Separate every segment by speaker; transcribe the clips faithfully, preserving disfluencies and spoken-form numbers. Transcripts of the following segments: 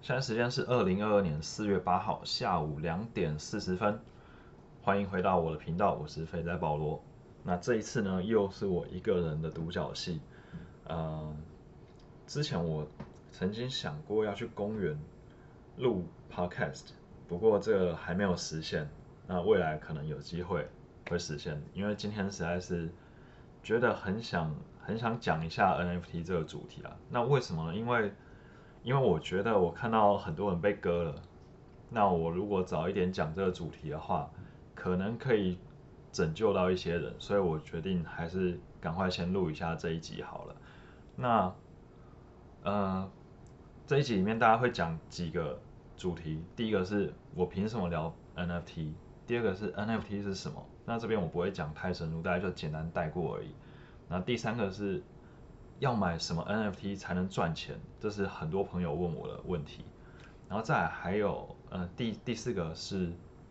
Speaker 1: 现在时间是二零二二年四月八号下午两点四十分，欢迎回到我的频道，我是肥仔保罗。那这一次呢，又是我一个人的独角戏。呃，之前我曾经想过要去公园录 podcast，不过这个还没有实现。那未来可能有机会会实现，因为今天实在是觉得很想很想讲一下 N F T 这个主题啊。那为什么呢？因为因为我觉得我看到很多人被割了，那我如果早一点讲这个主题的话，可能可以拯救到一些人，所以我决定还是赶快先录一下这一集好了。那呃，这一集里面大家会讲几个主题，第一个是我凭什么聊 N F T，第二个是 N F T 是什么，那这边我不会讲太深入，大家就简单带过而已。那第三个是要买什么 N F T 才能赚钱，这是很多朋友问我的问题。然后再来还有呃第第四个是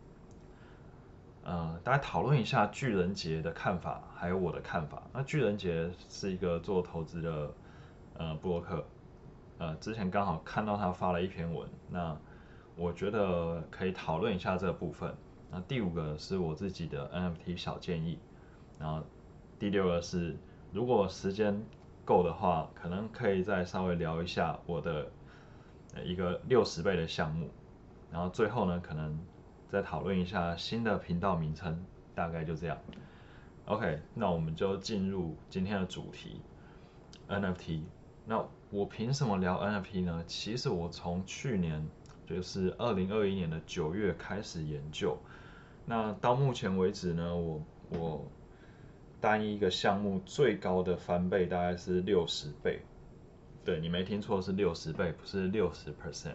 Speaker 1: 呃大家讨论一下巨人节的看法，还有我的看法。那巨人节是一个做投资的呃布洛克，呃之前刚好看到他发了一篇文，那我觉得可以讨论一下这个部分。那第五个是我自己的 N F T 小建议，然后第六个是如果时间够的话，可能可以再稍微聊一下我的一个六十倍的项目，然后最后呢，可能再讨论一下新的频道名称，大概就这样。OK，那我们就进入今天的主题 N F T。那我凭什么聊 N F T 呢？其实我从去年就是二零二一年的九月开始研究，那到目前为止呢，我我单一一个项目最高的翻倍大概是六十倍，对你没听错，是六十倍，不是六十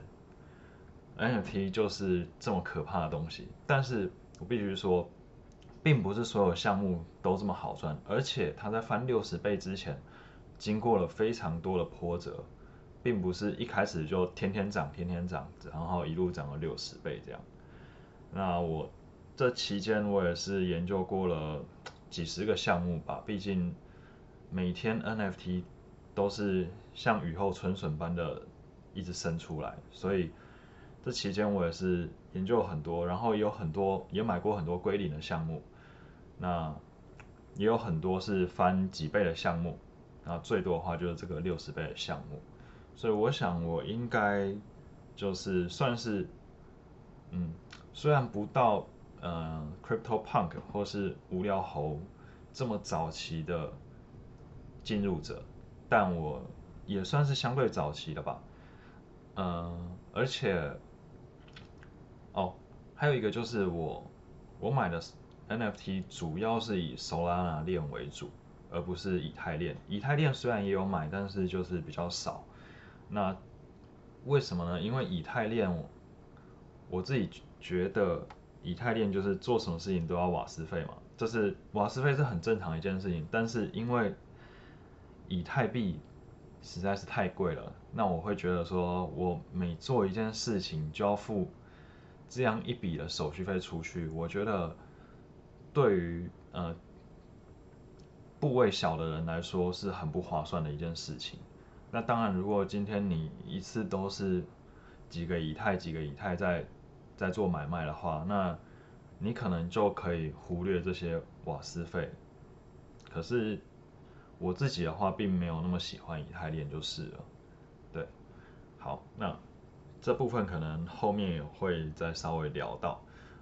Speaker 1: percent。N F T 就是这么可怕的东西，但是我必须说，并不是所有项目都这么好赚，而且它在翻六十倍之前，经过了非常多的波折，并不是一开始就天天涨、天天涨，然后一路涨了六十倍这样。那我这期间我也是研究过了几十个项目吧，毕竟每天 N F T 都是像雨后春笋般的一直生出来，所以这期间我也是研究很多，然后也有很多也买过很多归零的项目，那也有很多是翻几倍的项目，那最多的话就是这个六十倍的项目，所以我想我应该就是算是嗯，虽然不到呃 Crypto Punk 或是无聊猴这么早期的进入者，但我也算是相对早期的吧。嗯，而且哦，还有一个就是我我买的 N F T 主要是以 Solana 链为主，而不是以太链。以太链虽然也有买，但是就是比较少。那为什么呢？因为以太链我自己觉得以太链就是做什么事情都要瓦斯费嘛，这是瓦斯费是很正常的一件事情，但是因为以太币实在是太贵了，那我会觉得说我每做一件事情就要付这样一笔的手续费出去，我觉得对于呃部位小的人来说是很不划算的一件事情。那当然，如果今天你一次都是几个以太、几个以太在在做买卖的话，那你可能就可以忽略这些瓦斯费。可是我自己的话，并没有那么喜欢以太链就是了。对，好，那这部分可能后面也会再稍微聊到。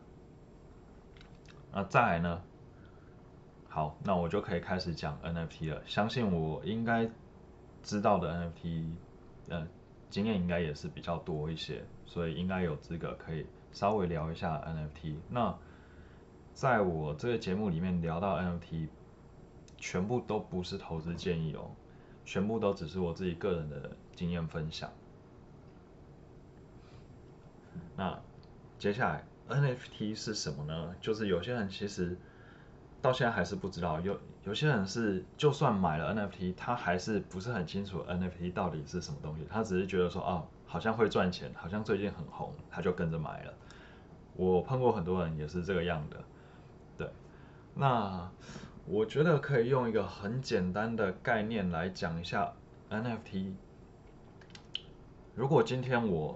Speaker 1: 那再来呢？好，那我就可以开始讲 N F T 了。相信我应该知道的 N F T，呃，经验应该也是比较多一些，所以应该有资格可以稍微聊一下 N F T。那在我这个节目里面聊到 N F T，全部都不是投资建议哦，全部都只是我自己个人的经验分享。那接下来 N F T 是什么呢？就是有些人其实到现在还是不知道，有有些人是就算买了 N F T，他还是不是很清楚 N F T 到底是什么东西，他只是觉得说哦，好像会赚钱，好像最近很红，他就跟着买了。我碰过很多人也是这个样的，对。那我觉得可以用一个很简单的概念来讲一下 N F T。如果今天我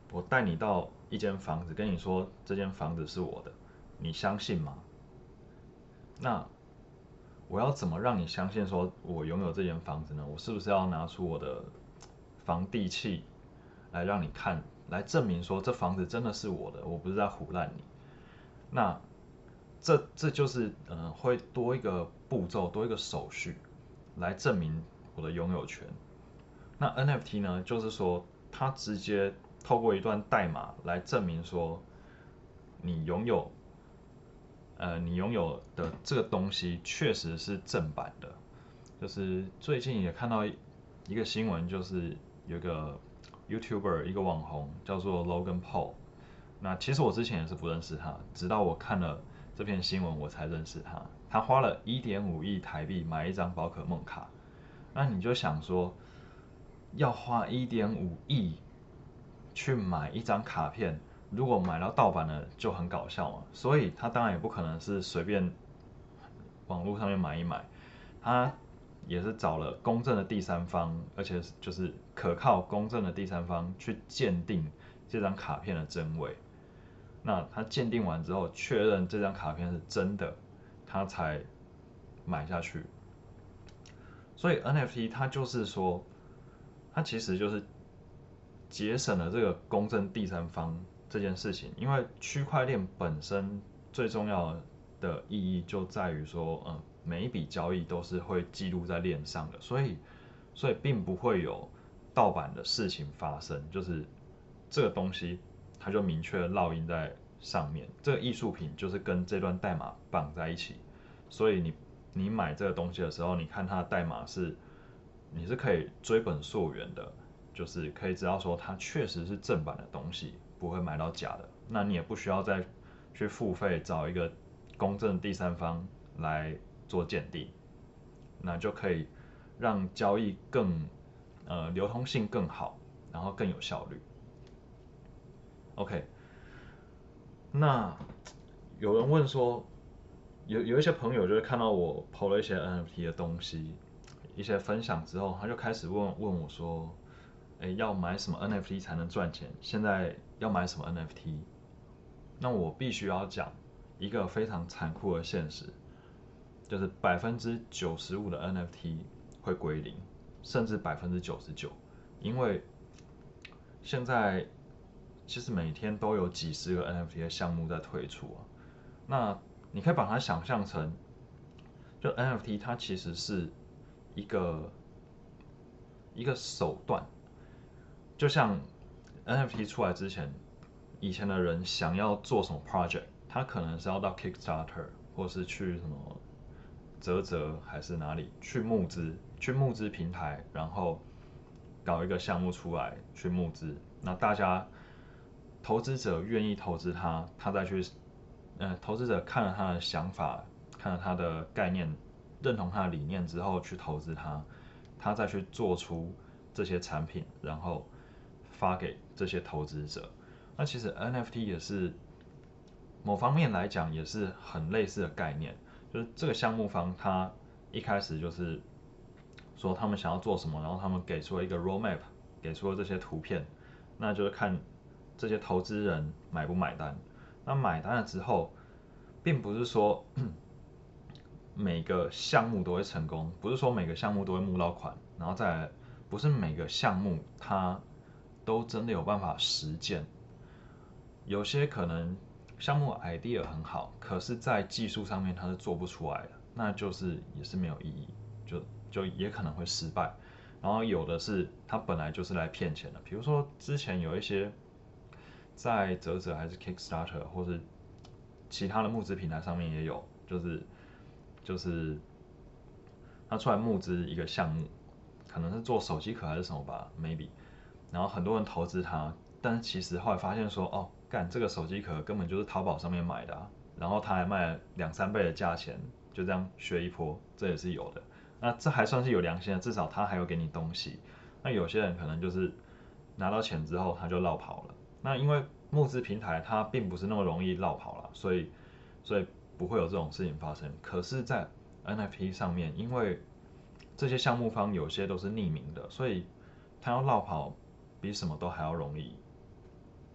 Speaker 1: 我带你到一间房子，跟你说这间房子是我的，你相信吗？那我要怎么让你相信说我拥有这间房子呢？我是不是要拿出我的房地契来让你看，来证明说这房子真的是我的，我不是在唬烂你？那这这就是呃会多一个步骤，多一个手续来证明我的拥有权。那 N F T 呢，就是说它直接透过一段代码来证明说你拥有呃你拥有的这个东西确实是正版的。就是最近也看到一个新闻，就是有一个 YouTuber 一个网红叫做 Logan Paul。那其实我之前也是不认识他，直到我看了这篇新闻我才认识他。他花了一点五亿台币买一张宝可梦卡，那你就想说，要花一点五亿去买一张卡片，如果买到盗版的就很搞笑嘛。所以他当然也不可能是随便网络上面买一买，他也是找了公正的第三方，而且就是可靠公正的第三方去鉴定这张卡片的真伪。那他鉴定完之后，确认这张卡片是真的，他才买下去。所以 N F T 它就是说，它其实就是节省了这个公正第三方这件事情，因为区块链本身最重要的意义就在于说，嗯，每一笔交易都是会记录在链上的，所以所以并不会有盗版的事情发生，就是这个东西它就明确烙印在上面，这个艺术品就是跟这段代码绑在一起，所以你你买这个东西的时候，你看它的代码是你是可以追本溯源的，就是可以知道说它确实是正版的东西，不会买到假的。那你也不需要再去付费找一个公正第三方来做鉴定，那就可以让交易更呃流通性更好，然后更有效率。OK，那有人问说，有有一些朋友就是看到我 P O 了一些 N F T 的东西，一些分享之后，他就开始问问我说，哎，要买什么 N F T 才能赚钱？现在要买什么 N F T？那我必须要讲一个非常残酷的现实，就是百分之九十五的 N F T 会归零，甚至百分之九十九，因为现在其实每天都有几十个 N F T 的项目在推出啊。那你可以把它想象成，就 N F T 它其实是一个一个手段，就像 N F T 出来之前，以前的人想要做什么 project，他可能是要到 Kickstarter 或是去什么泽泽还是哪里去募资，去募资平台，然后搞一个项目出来去募资，那大家投资者愿意投资他，他再去，呃，投资者看了他的想法，看了他的概念，认同他的理念之后去投资他，他再去做出这些产品，然后发给这些投资者。那其实 N F T 也是某方面来讲也是很类似的概念，就是这个项目方他一开始就是说他们想要做什么，然后他们给出了一个 roadmap，给出了这些图片，那就是看这些投资人买不买单。那买单了之后，并不是说每个项目都会成功，不是说每个项目都会募到款，然后再来不是每个项目它都真的有办法实践，有些可能项目 idea 很好，可是在技术上面它是做不出来的，那就是也是没有意义，就就也可能会失败。然后有的是它本来就是来骗钱的，比如说之前有一些在泽泽还是 Kickstarter 或是其他的募资平台上面也有，就是就是他出来募资一个项目，可能是做手机壳还是什么吧 ，maybe，然后很多人投资它，但是其实后来发现说，哦，干这个手机壳根本就是淘宝上面买的啊，然后他还卖了两三倍的价钱，就这样学一波，这也是有的。那这还算是有良心的，至少他还有给你东西。那有些人可能就是拿到钱之后他就绕跑了。那因为募资平台它并不是那么容易绕跑了，所以所以不会有这种事情发生。可是，在 N F T 上面，因为这些项目方有些都是匿名的，所以他要绕跑比什么都还要容易。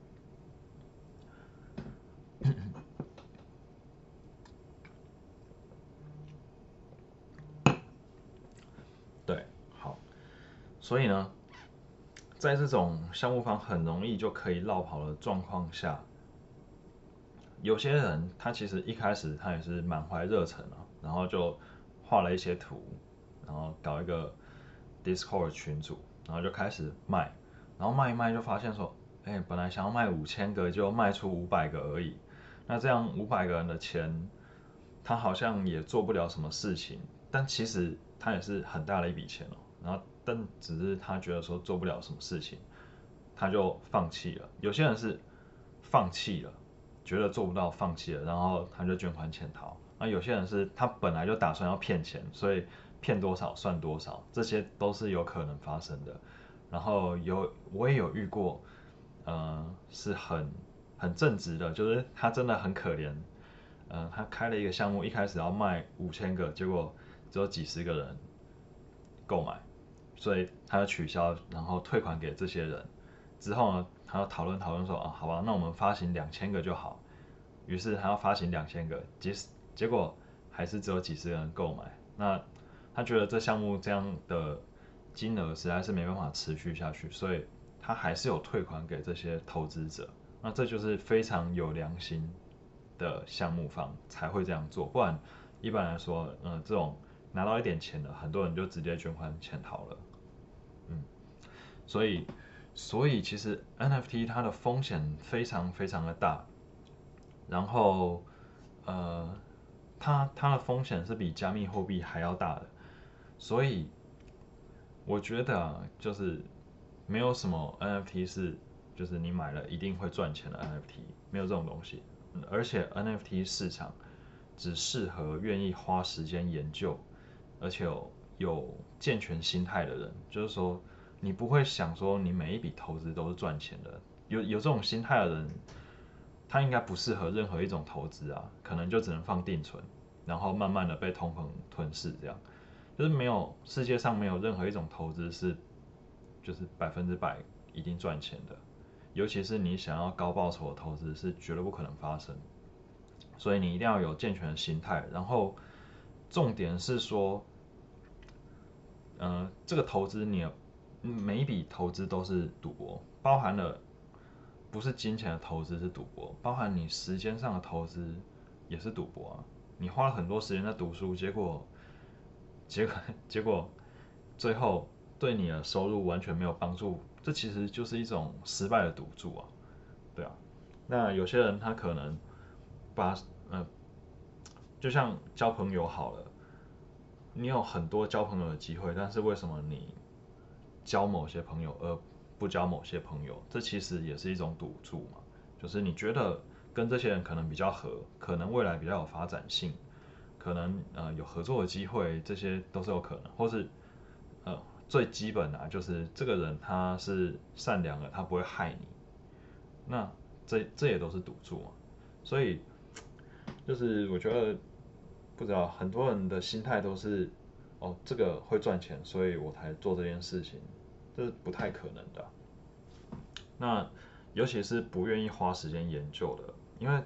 Speaker 1: 所以呢，在这种项目方很容易就可以绕跑的状况下，有些人他其实一开始他也是满怀热忱啊，然后就画了一些图，然后搞一个 Discord 群组，然后就开始卖，然后卖一卖就发现说，哎、欸，本来想要卖五千个，就卖出五百个而已，那这样五百个人的钱，他好像也做不了什么事情，但其实他也是很大的一笔钱哦，然后但只是他觉得说做不了什么事情，他就放弃了。有些人是放弃了。觉得做不到，放弃了，然后他就捐款潜逃。那有些人是他本来就打算要骗钱，所以骗多少算多少，这些都是有可能发生的。然后有我也有遇过，呃，是很很正直的，就是他真的很可怜，呃，他开了一个项目，一开始要卖五千个，结果只有几十个人购买，所以他就取消，然后退款给这些人。之后呢，他要讨论讨论说啊，好吧，那我们发行两千个就好。于是他要发行两千个，结结果还是只有几十个人购买。那他觉得这项目这样的金额实在是没办法持续下去，所以他还是有退款给这些投资者。那这就是非常有良心的项目方才会这样做，不然一般来说，嗯、呃，这种拿到一点钱的，很多人就直接捐款潜逃了。嗯，所以所以其实 N F T 它的风险非常非常的大，然后呃，它它的风险是比加密货币还要大的，所以我觉得啊，就是没有什么 N F T 是就是你买了一定会赚钱的 N F T，没有这种东西。而且 N F T 市场只适合愿意花时间研究，而且有有健全心态的人，就是说你不会想说你每一笔投资都是赚钱的，有有这种心态的人，他应该不适合任何一种投资啊，可能就只能放定存，然后慢慢的被通膨吞噬这样。就是没有世界上没有任何一种投资是就是百分之百一定赚钱的，尤其是你想要高报酬的投资是绝对不可能发生。所以你一定要有健全的心态，然后重点是说，呃，这个投资你每一笔投资都是赌博，包含了不是金钱的投资是赌博，包含你时间上的投资也是赌博啊。你花了很多时间在读书，结果结果结果最后对你的收入完全没有帮助，这其实就是一种失败的赌注啊，对啊。那有些人他可能把呃，就像交朋友好了，你有很多交朋友的机会，但是为什么你交某些朋友而不交某些朋友？这其实也是一种赌注嘛，就是你觉得跟这些人可能比较合，可能未来比较有发展性，可能呃有合作的机会，这些都是有可能，或是呃最基本的、啊、就是这个人他是善良的，他不会害你，那这这也都是赌注嘛，所以就是我觉得不知道很多人的心态都是哦这个会赚钱，所以我才做这件事情，这是不太可能的啊。那尤其是不愿意花时间研究的，因为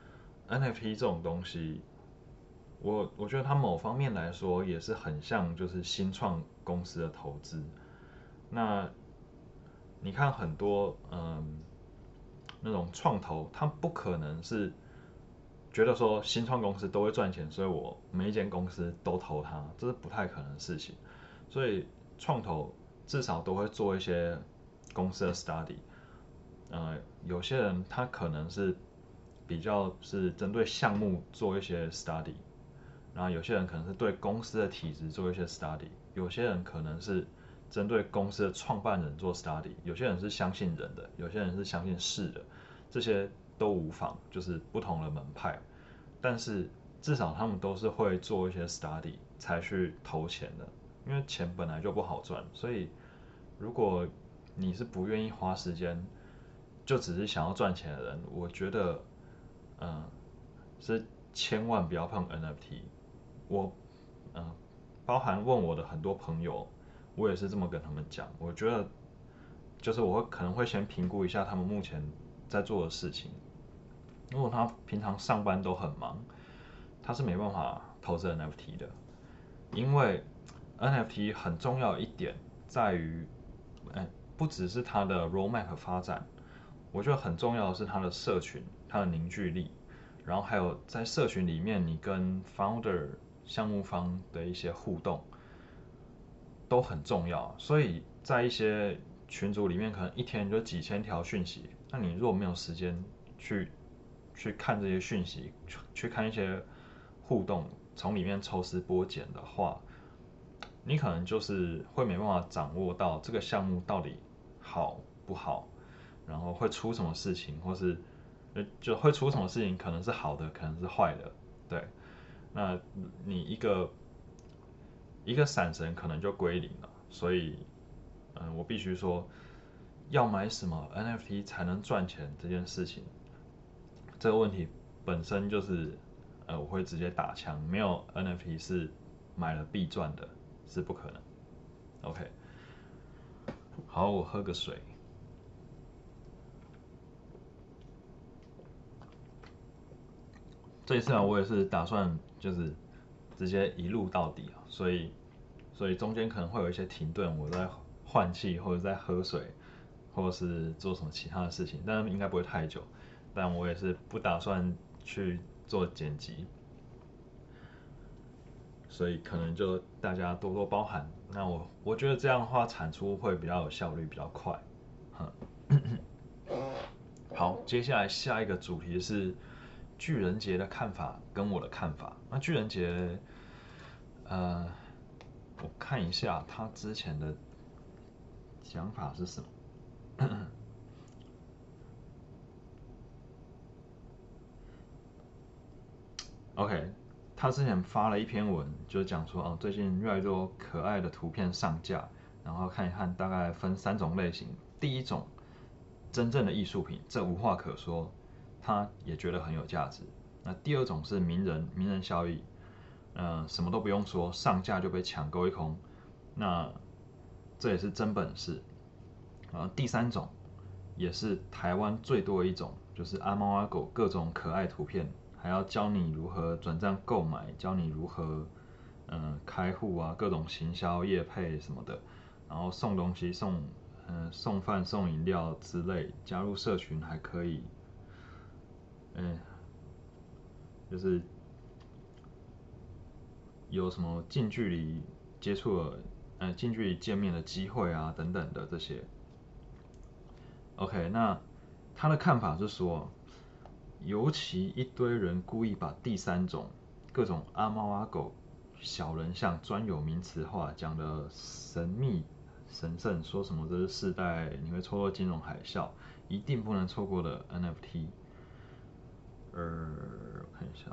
Speaker 1: N F T 这种东西，我我觉得它某方面来说也是很像就是新创公司的投资。那你看很多嗯那种创投，它不可能是觉得说新创公司都会赚钱，所以我每一间公司都投它，这是不太可能的事情。所以创投至少都会做一些公司的 study，呃，有些人他可能是比较是针对项目做一些 study，然后有些人可能是对公司的体制做一些 study，有些人可能是针对公司的创办人做 study，有些人是相信人的，有些人是相信事的，这些都无妨，就是不同的门派，但是至少他们都是会做一些 study 才去投钱的，因为钱本来就不好赚，所以如果你是不愿意花时间，就只是想要赚钱的人，我觉得，嗯，是千万不要碰 N F T。我，嗯，包含问我的很多朋友，我也是这么跟他们讲。我觉得，就是我会可能会先评估一下他们目前在做的事情。如果他平常上班都很忙，他是没办法投资 N F T 的，因为 N F T 很重要一点在于，哎，不只是它的 roadmap 发展，我觉得很重要的是它的社群，它的凝聚力，然后还有在社群里面你跟 founder 项目方的一些互动都很重要。所以在一些群组里面，可能一天就几千条讯息，那你如果没有时间去去看这些讯息，去看一些互动，从里面抽丝剥茧的话，你可能就是会没办法掌握到这个项目到底好不好，然后会出什么事情，或是就会出什么事情，可能是好的，可能是坏的，对。那你一个一个闪神可能就归零了，所以，嗯，我必须说，要买什么 N F T 才能赚钱这件事情，这个问题本身就是，呃，我会直接打枪，没有 N F T 是买了必赚的，是不可能。OK，好，我喝个水。这一次啊，我也是打算就是直接一路到底啊，所以所以中间可能会有一些停顿，我在换气或者在喝水，或者是做什么其他的事情，但应该不会太久。但我也是不打算去做剪辑，所以可能就大家多多包涵。那我我觉得这样的话产出会比较有效率，比较快。好，接下来下一个主题是巨人节的看法跟我的看法。那巨人节，呃，我看一下他之前的想法是什么。OK，他之前发了一篇文，就讲说哦，最近越来越多可爱的图片上架，然后看一看，大概分三种类型。第一种，真正的艺术品，这无话可说，他也觉得很有价值。那第二种是名人，名人效益，呃，什么都不用说，上架就被抢购一空，那这也是真本事。然后第三种，也是台湾最多的一种，就是阿猫阿狗各种可爱图片，还要教你如何转账购买，教你如何嗯、呃开户啊，各种行销业配什么的，然后送东西送嗯、呃送饭送饮料之类，加入社群还可以，嗯、就是有什么近距离接触的，呃近距离见面的机会啊等等的这些。OK，那他的看法是说，尤其一堆人故意把第三种各种阿猫阿狗、小人像专有名词化，讲的神秘神圣，说什么这是世代你会错过金融海啸，一定不能错过的 N F T。呃，我看一下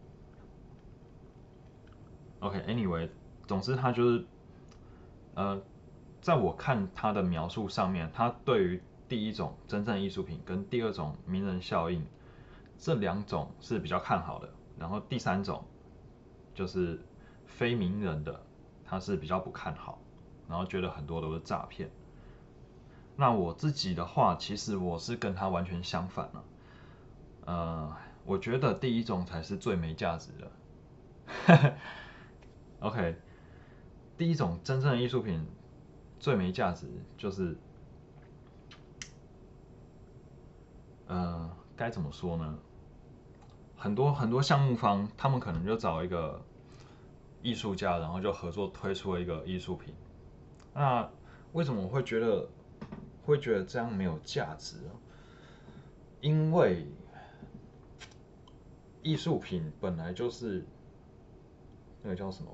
Speaker 1: ，OK，Anyway，、总之他就是呃，在我看他的描述上面，他对于第一种真正艺术品跟第二种名人效应这两种是比较看好的，然后第三种就是非名人的，他是比较不看好，然后觉得很多都是诈骗。那我自己的话，其实我是跟他完全相反了。呃，我觉得第一种才是最没价值的。OK，第一种真正的艺术品最没价值就是呃，该怎么说呢？很多很多项目方，他们可能就找一个艺术家，然后就合作推出了一个艺术品。那为什么我会觉得会觉得这样没有价值呢？因为艺术品本来就是那个叫什么？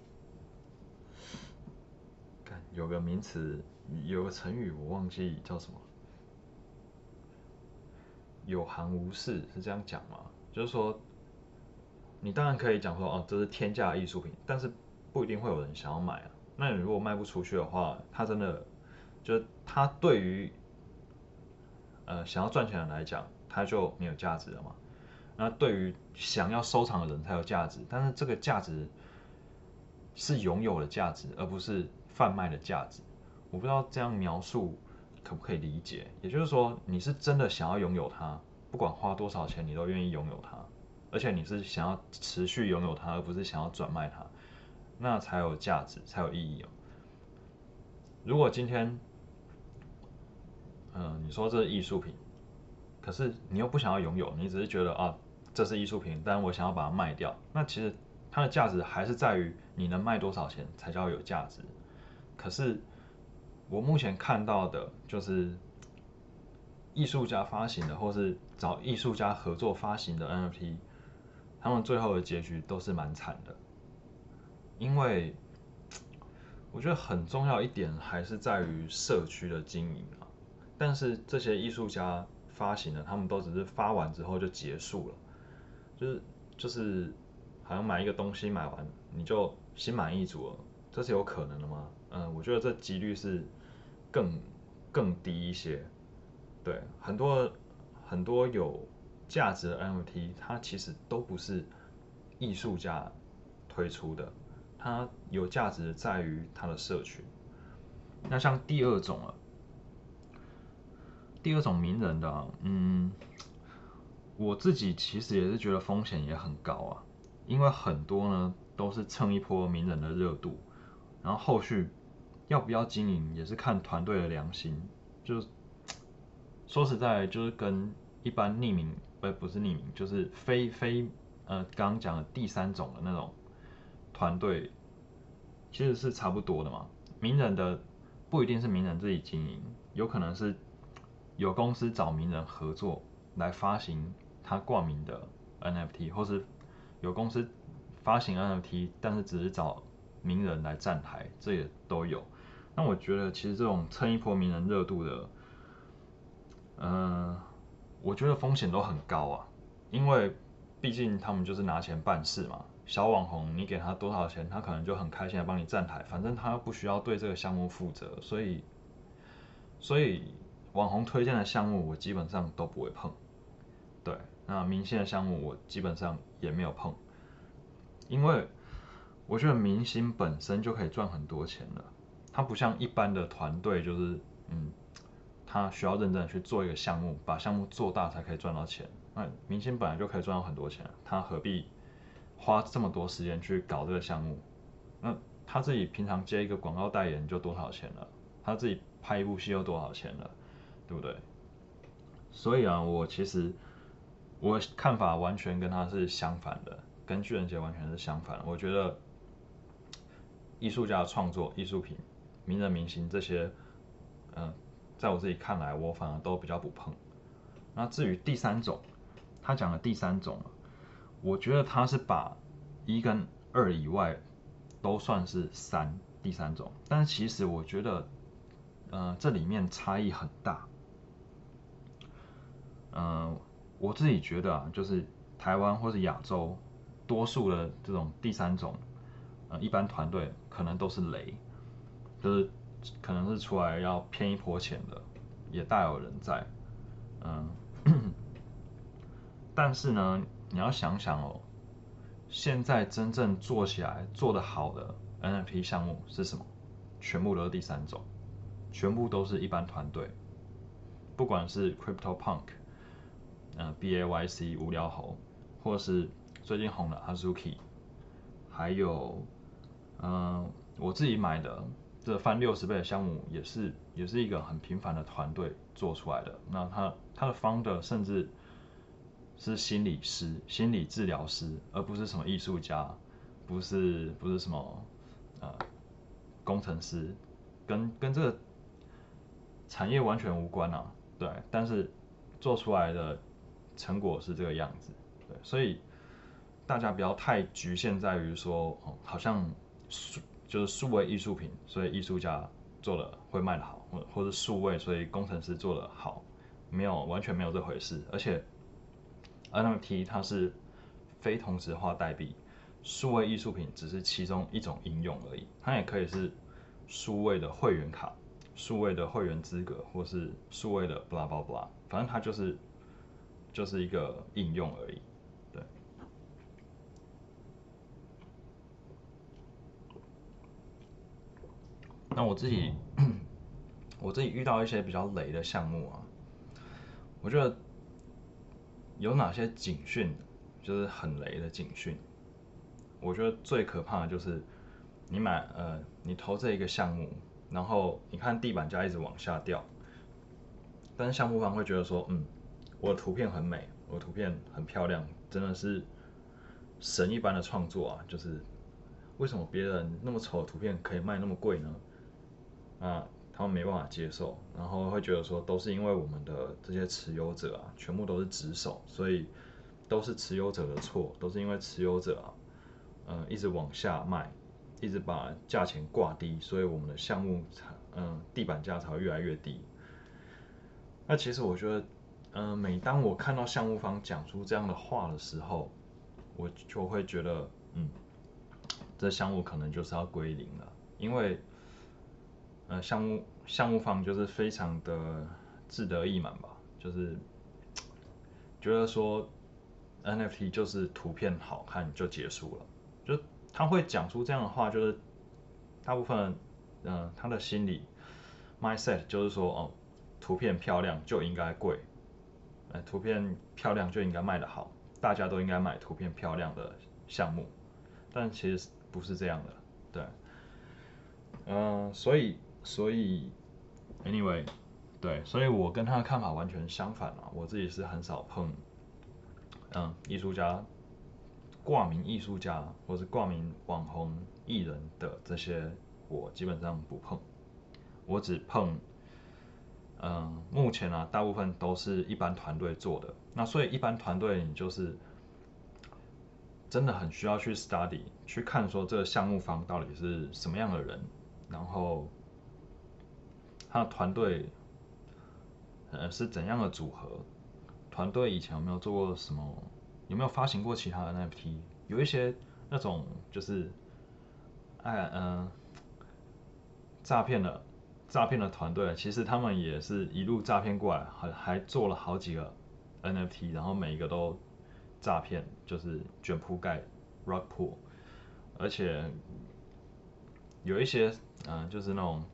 Speaker 1: 有个名词，有个成语我忘记叫什么，有行无市是这样讲吗？就是说你当然可以讲说，哦，这是天价艺术品，但是不一定会有人想要买啊。那你如果卖不出去的话，它真的就是它对于呃想要赚钱的人来讲，它就没有价值了嘛。那对于想要收藏的人才有价值，但是这个价值是拥有的价值，而不是贩卖的价值。我不知道这样描述可不可以理解？也就是说，你是真的想要拥有它，不管花多少钱，你都愿意拥有它，而且你是想要持续拥有它，而不是想要转卖它，那才有价值，才有意义哦。 如果今天，嗯、呃，你说这是艺术品，可是你又不想要拥有，你只是觉得啊，这是艺术品，但我想要把它卖掉，那其实它的价值还是在于你能卖多少钱才叫有价值。可是我目前看到的就是艺术家发行的，或是找艺术家合作发行的 N F T，他们最后的结局都是蛮惨的，因为我觉得很重要一点还是在于社区的经营啊。但是这些艺术家发行的，他们都只是发完之后就结束了，就是就是好像买一个东西买完你就心满意足了，这是有可能的吗？嗯，我觉得这几率是更更低一些。对，很多很多有价值的 N F T，它其实都不是艺术家推出的，它有价值在于它的社群。那像第二种啊，第二种名人的啊，嗯，我自己其实也是觉得风险也很高啊，因为很多呢都是蹭一波名人的热度，然后后续要不要经营也是看团队的良心。就说实在，就是跟一般匿名，不不是匿名，就是非非呃刚刚讲的第三种的那种团队，其实是差不多的嘛。名人的不一定是名人自己经营，有可能是有公司找名人合作来发行他冠名的 N F T， 或是有公司发行 N F T， 但是只是找名人来站台，这也都有。那我觉得其实这种蹭一波名人热度的，嗯、呃，我觉得风险都很高啊，因为毕竟他们就是拿钱办事嘛。小网红，你给他多少钱，他可能就很开心的帮你站台，反正他不需要对这个项目负责，所以，所以网红推荐的项目我基本上都不会碰。对，那明星的项目我基本上也没有碰，因为我觉得明星本身就可以赚很多钱了，他不像一般的团队，就是嗯，他需要认真的去做一个项目，把项目做大才可以赚到钱。那明星本来就可以赚到很多钱，他何必花这么多时间去搞这个项目？那他自己平常接一个广告代言就多少钱了，他自己拍一部戏又多少钱了，对不对？所以啊，我其实我看法完全跟他是相反的，跟巨人节完全是相反的。我觉得艺术家的创作、艺术品、名人明星这些，嗯、呃，在我自己看来，我反而都比较不碰。那至于第三种，他讲的第三种，我觉得他是把一跟二以外都算是三，第三种。但是其实我觉得，呃，这里面差异很大。嗯、呃，我自己觉得啊，就是台湾或是亚洲，多数的这种第三种，呃，一般团队可能都是雷，就是可能是出来要骗一波钱的，也大有人在。嗯，但是呢，你要想想哦，现在真正做起来做得好的 N F T 项目是什么？全部都是第三种，全部都是一般团队，不管是 CryptoPunk，呃 B A Y C 无聊猴，或是最近红的 Azuki，还有，嗯、呃，我自己买的这翻六十倍的项目，也是也是一个很平凡的团队做出来的。那他他的 founder 甚至是心理师、心理治疗师，而不是什么艺术家，不是不是什么呃工程师，跟跟这个产业完全无关啊。对，但是做出来的成果是这个样子。对，所以大家不要太局限在于说，哦，好像数就是数位艺术品，所以艺术家做了会卖得好，或或是数位，所以工程师做得好，没有完全没有这回事。而且 N F T 它是非同质化代币，数位艺术品只是其中一种应用而已，它也可以是数位的会员卡、数位的会员资格，或是数位的 blah blah blah，反正它就是就是一个应用而已。对，那我自己我自己遇到一些比较雷的项目啊，我觉得有哪些警讯，就是很雷的警讯。我觉得最可怕的就是你买呃，你投这一个项目， 然后你看地板价一直往下掉，但是项目方会觉得说，嗯，我的图片很美，我的图片很漂亮，真的是神一般的创作啊，就是为什么别人那么丑的图片可以卖那么贵呢？那他们没办法接受，然后会觉得说，都是因为我们的这些持有者啊，全部都是直手，所以都是持有者的错，都是因为持有者啊，嗯，一直往下卖，一直把价钱挂低，所以我们的项目才，嗯，地板价才会越来越低。那其实我觉得，嗯，每当我看到项目方讲出这样的话的时候，我就会觉得，嗯，这项目可能就是要归零了，因为呃，项目项目方就是非常的志得意满吧，就是觉得说 N F T 就是图片好看就结束了，就他会讲出这样的话，就是大部分嗯、呃、他的心理 mindset 就是说哦，图片漂亮就应该贵，呃，图片漂亮就应该卖得好，大家都应该买图片漂亮的项目，但其实不是这样的，对，嗯、呃，所以所以 anyway，对，所以我跟他的看法完全相反了。我自己是很少碰，嗯，艺术家、挂名艺术家或是挂名网红艺人的这些，我基本上不碰。我只碰，嗯，目前啊，大部分都是一般团队做的。那所以一般团队，你就是真的很需要去 study，去看说这个项目方到底是什么样的人，然后他的团队呃是怎样的组合？团队以前有没有做过什么？有没有发行过其他的 N F T？有一些那种就是哎嗯诈骗的诈骗的团队，其实他们也是一路诈骗过来，还还做了好几个 N F T，然后每一个都诈骗，就是卷铺盖 rug pull，而且有一些嗯、呃就是那种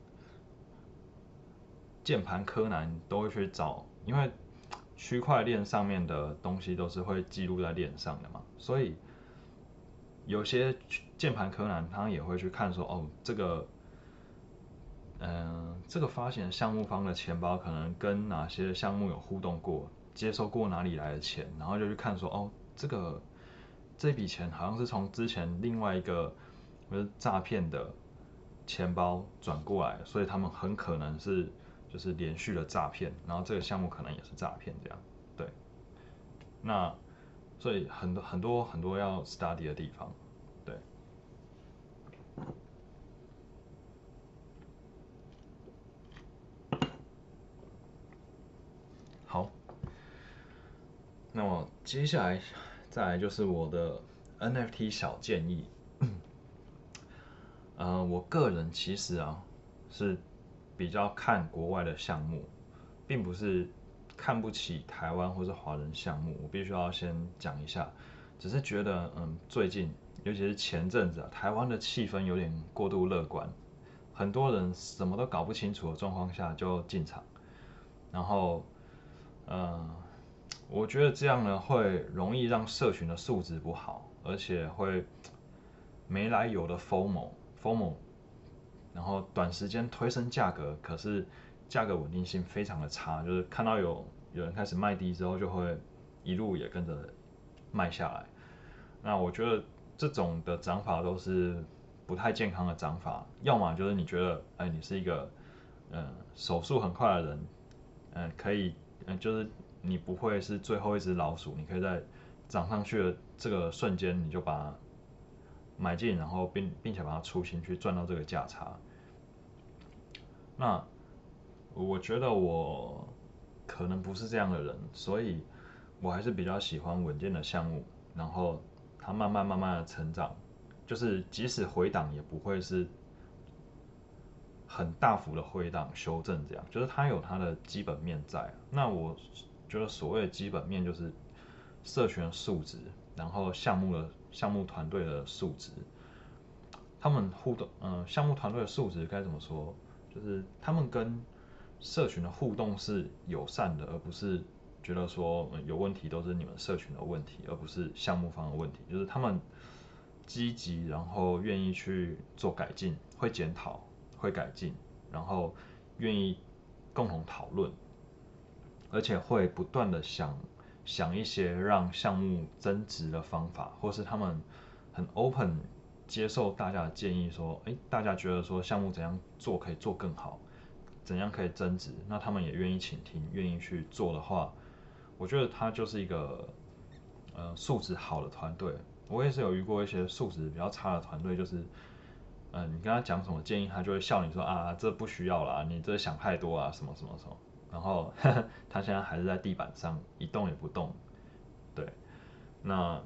Speaker 1: 键盘柯南都会去找，因为区块链上面的东西都是会记录在链上的嘛，所以有些键盘柯南他也会去看说，哦，这个，嗯、呃，这个发行项目方的钱包可能跟哪些项目有互动过，接收过哪里来的钱，然后就去看说，哦，这个这笔钱好像是从之前另外一个就是诈骗的钱包转过来，所以他们很可能是就是连续的诈骗，然后这个项目可能也是诈骗这样，对，那所以很多很多很多要 study 的地方，对，好，那么接下来再来就是我的 N F T 小建议，呃，我个人其实啊是比较看国外的项目，并不是看不起台湾或是华人项目，我必须要先讲一下。只是觉得，嗯，最近尤其是前阵子啊，台湾的气氛有点过度乐观，很多人什么都搞不清楚的状况下就进场，然后，呃，我觉得这样呢会容易让社群的素质不好，而且会没来由的 FOMO，FOMO，然后短时间推升价格，可是价格稳定性非常的差，就是看到有有人开始卖低之后，就会一路也跟着卖下来。那我觉得这种的涨法都是不太健康的涨法，要么就是你觉得，哎，你是一个，嗯，手速很快的人，嗯，可以，嗯，就是你不会是最后一只老鼠，你可以在涨上去的这个瞬间，你就把它买进，然后并并且把它出清去赚到这个价差。那我觉得我可能不是这样的人，所以我还是比较喜欢稳健的项目，然后它慢慢慢慢的成长，就是即使回档也不会是很大幅的回档修正，这样就是它有它的基本面在。那我觉得所谓的基本面就是社群的素质，然后项目的项目团队的素质，他们互动，嗯、呃，项目团队的素质该怎么说？就是他们跟社群的互动是友善的，而不是觉得说、嗯、有问题都是你们社群的问题，而不是项目方的问题。就是他们积极，然后愿意去做改进，会检讨，会改进， 然后愿意共同讨论，而且会不断的想想一些让项目增值的方法，或是他们很 open 接受大家的建议，说，哎，大家觉得说项目怎样做可以做更好，怎样可以增值，那他们也愿意倾听，愿意去做的话，我觉得他就是一个呃素质好的团队。我也是有遇过一些素质比较差的团队，就是，嗯、呃，你跟他讲什么建议，他就会笑你说啊，这不需要啦，你这想太多啊，什么什么什么。然后呵呵他现在还是在地板上一动也不动。对，那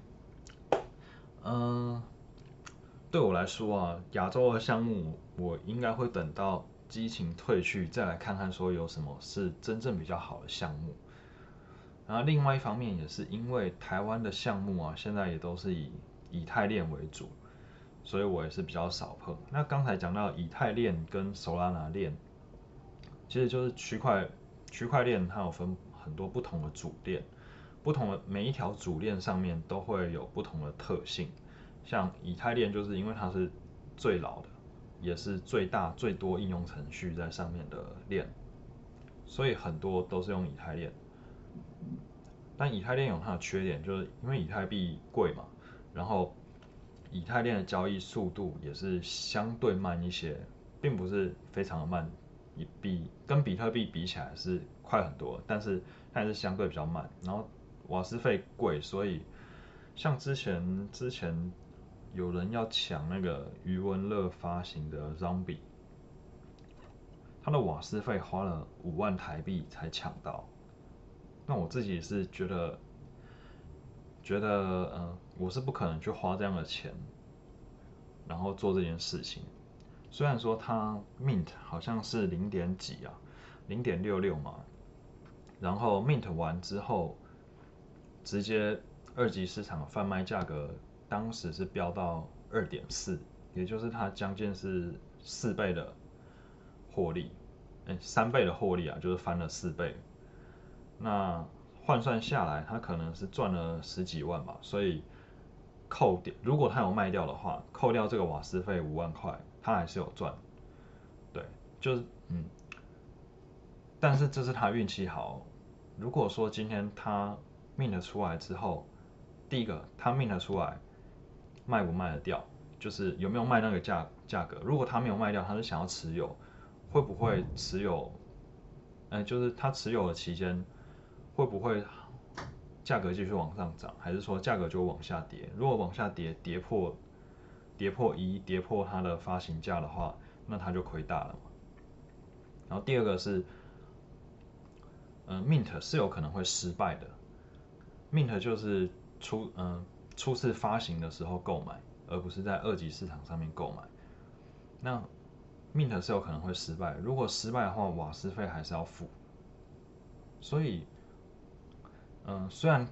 Speaker 1: 嗯、呃，对我来说啊，亚洲的项目我应该会等到激情退去，再来看看说有什么是真正比较好的项目。然后另外一方面也是因为台湾的项目啊，现在也都是以以太链为主，所以我也是比较少碰。那刚才讲到以太链跟 Solana 链，其实就是区块区块链，它有分很多不同的主链，不同的每一条主链上面都会有不同的特性。像以太链就是因为它是最老的，也是最大最多应用程序在上面的链，所以很多都是用以太链。但以太链有它的缺点，就是因为以太币贵嘛，然后以太链的交易速度也是相对慢一些，并不是非常的慢，比跟比特币比起来是快很多，但是它还是相对比较慢。然后瓦斯费贵，所以像之前之前有人要抢那个余文乐发行的 Zombie，他的瓦斯费花了五万台币才抢到。那我自己是觉得，觉得呃，我是不可能去花这样的钱，然后做这件事情。虽然说它 mint 好像是零点几啊，零点六六嘛，然后 mint 完之后，直接二级市场贩卖价格当时是飙到二点四，也就是它将近是四倍的获利，哎，三倍的获利啊，就是翻了四倍。那换算下来，他可能是赚了十几万吧，所以扣掉，如果他有卖掉的话，扣掉这个瓦斯费五万块，他还是有赚。对，就是嗯，但是这是他运气好。如果说今天他命得出来之后，第一个他命得出来，卖不卖得掉，就是有没有卖那个价价格。如果他没有卖掉，他是想要持有，会不会持有？嗯，就是他持有的期间会不会价格继续往上涨，还是说价格就往下跌？如果往下跌，跌破跌破一，跌破它的发行价的话，那它就亏大了嘛。然后第二个是，嗯，mint 是有可能会失败的。mint 就是初嗯、呃、初次发行的时候购买，而不是在二级市场上面购买。那 mint 是有可能会失败，如果失败的话，瓦斯费还是要付。所以，嗯、呃，虽然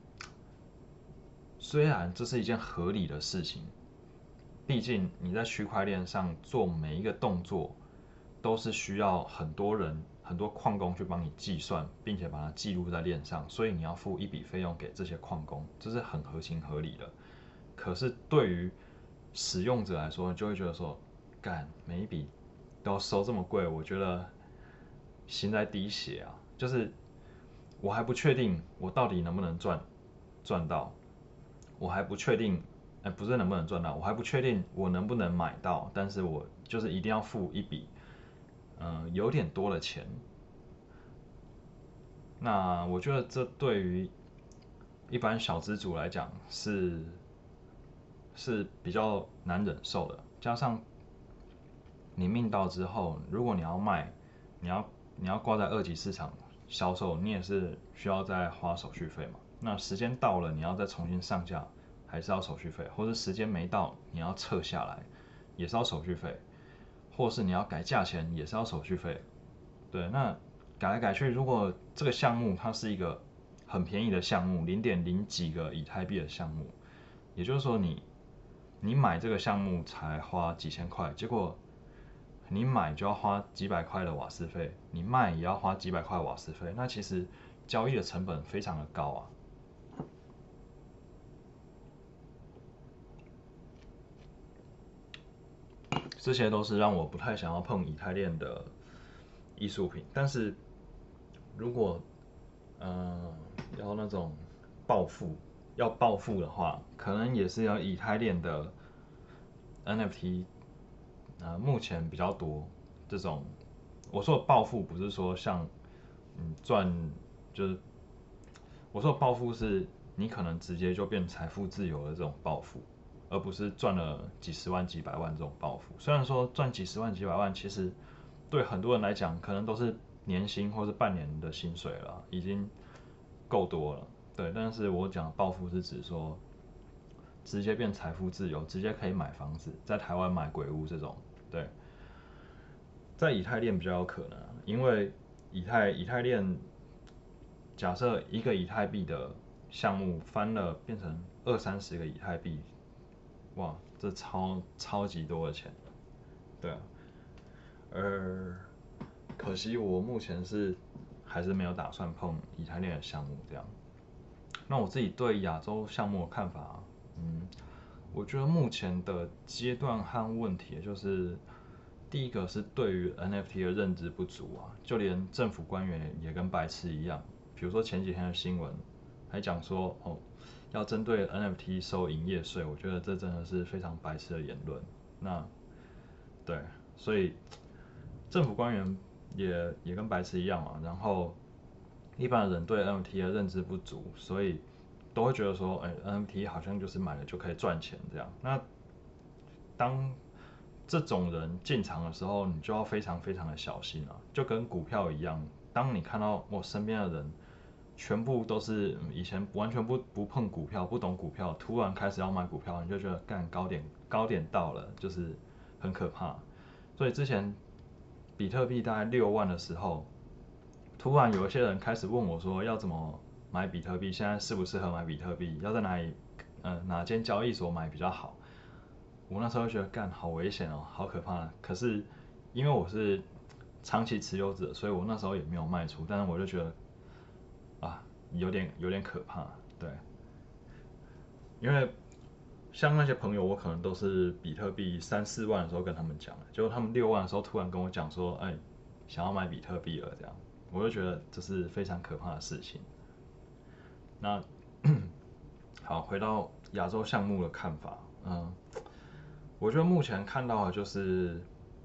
Speaker 1: 虽然这是一件合理的事情，毕竟你在区块链上做每一个动作，都是需要很多人、很多矿工去帮你计算，并且把它记录在链上，所以你要付一笔费用给这些矿工，这是很合情合理的。可是对于使用者来说，就会觉得说，干每一笔都要收这么贵，我觉得心在滴血啊！就是我还不确定我到底能不能赚赚到，我还不确定，哎，不是能不能赚到，我还不确定我能不能买到，但是我就是一定要付一笔，嗯、呃，有点多的钱。那我觉得这对于一般小资主来讲是是比较难忍受的，加上你命到之后，如果你要卖，你要你要挂在二级市场销售，你也是需要再花手续费嘛。那时间到了，你要再重新上架，还是要手续费，或者时间没到，你要撤下来，也是要手续费，或是你要改价钱，也是要手续费。对，那改来改去，如果这个项目它是一个很便宜的项目，零点零几个以太币的项目，也就是说你你买这个项目才花几千块，结果你买就要花几百块的瓦斯费，你卖也要花几百块瓦斯费，那其实交易的成本非常的高啊。 这些都是让我不太想要碰以太链的艺术品。但是如果呃要那种暴富，要暴富的话，可能也是要以太链的 N F T，呃，目前比较多这种。我说的暴富不是说像嗯赚，就是我说的暴富是你可能直接就变财富自由的这种暴富，而不是赚了几十万、几百万这种暴富。虽然说赚几十万、几百万，其实对很多人来讲，可能都是年薪或是半年的薪水了，已经够多了。对，但是我讲暴富是指说直接变财富自由，直接可以买房子，在台湾买鬼屋这种。对，在以太链比较有可能，因为以太以太链假设一个以太币的项目翻了变成二三十个以太币，哇，这超超级多的钱，对啊。而可惜我目前是还是没有打算碰以太链的项目这样。那我自己对亚洲项目的看法，嗯，我觉得目前的阶段和问题就是，第一个是对于 N F T 的认知不足啊，就连政府官员也跟白痴一样。比如说前几天的新闻还讲说，哦，要针对 N F T 收营业税，我觉得这真的是非常白痴的言论。那对，所以政府官员也也跟白痴一样嘛，然后一般人对 N F T 的认知不足，所以都会觉得说，哎、欸、，N F T 好像就是买了就可以赚钱这样。那当这种人进场的时候，你就要非常非常的小心啊，就跟股票一样。当你看到我身边的人全部都是以前完全不不碰股票、不懂股票，突然开始要买股票，你就觉得干高点高点到了，就是很可怕。所以之前比特币大概六万的时候，突然有一些人开始问我说要怎么买比特币，现在适不适合买比特币，要在哪里呃哪间交易所买比较好。我那时候觉得干好危险哦，好可怕。可是因为我是长期持有者，所以我那时候也没有卖出，但是我就觉得啊有点有点可怕，对，因为像那些朋友，我可能都是比特币三四万的时候跟他们讲，结果他们六万的时候突然跟我讲说，哎，想要买比特币了这样，我就觉得这是非常可怕的事情。那好，回到亚洲项目的看法，嗯，我觉得目前看到的就是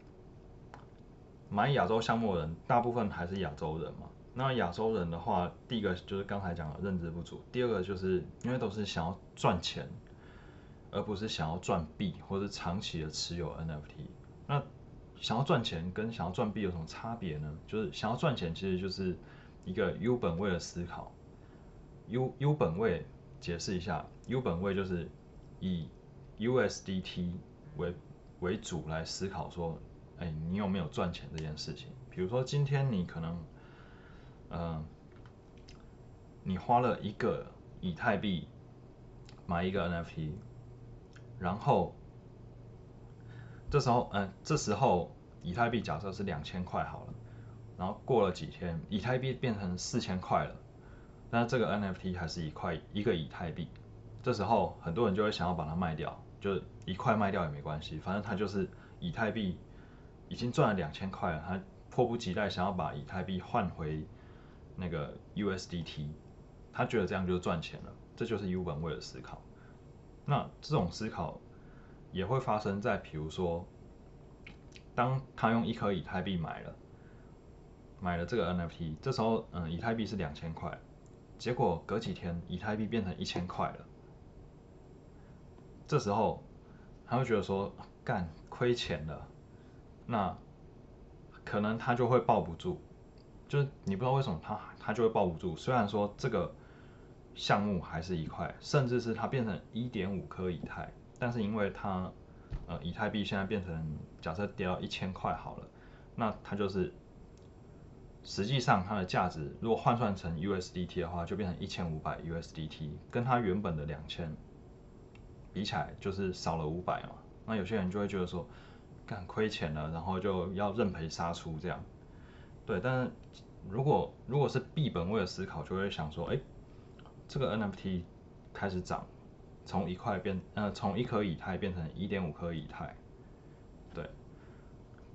Speaker 1: 买亚洲项目的人，大部分还是亚洲人嘛。那亚洲人的话，第一个就是刚才讲的认知不足，第二个就是因为都是想要赚钱，而不是想要赚币或者长期的持有 N F T。那想要赚钱跟想要赚币有什么差别呢？就是想要赚钱其实就是一个 U 本位的思考。U U 本位解释一下，U 本位就是以 U S D T 为为主来思考说，哎，你有没有赚钱这件事情？比如说今天你可能，呃，你花了一个以太币买一个 N F T，然后这时候，嗯、呃，这时候以太币假设是两千块好了，然后过了几天，以太币变成四千块了，那这个 N F T 还是一块一个以太币，这时候很多人就会想要把它卖掉，就一块卖掉也没关系，反正它就是以太币已经赚了两千块了，他迫不及待想要把以太币换回那个 U S D T， 他觉得这样就赚钱了，这就是 U 本位的思考。那这种思考也会发生在比如说，当他用一颗以太币买了买了这个 N F T， 这时候嗯以太币是两千块，结果隔几天以太币变成一千块了，这时候他会觉得说干亏钱了，那可能他就会抱不住，就是你不知道为什么他他就会抱不住。虽然说这个项目还是一块，甚至是它变成一点五颗以太，但是因为它呃以太币现在变成假设跌到一千块好了，那它就是实际上它的价值如果换算成 U S D T 的话，就变成一千五百 U S D T， 跟它原本的两千比起来就是少了五百嘛。那有些人就会觉得说，干亏钱了，然后就要认赔杀出这样。对，但是如果如果是币本位的思考，就会想说，哎，这个 N F T 开始涨，从一块变呃从一颗以太变成一点五颗以太，对，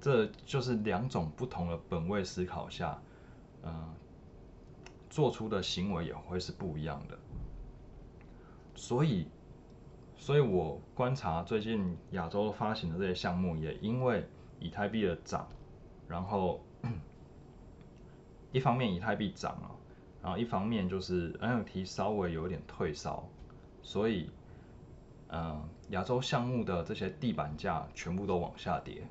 Speaker 1: 这就是两种不同的本位思考下，嗯、呃，做出的行为也会是不一样的。所以，所以我观察最近亚洲发行的这些项目，也因为以太币的涨，然后一方面以太币涨了，然后一方面就是 N F T 稍微有点退烧，所以，嗯，亚洲项目的这些地板价全部都往下跌。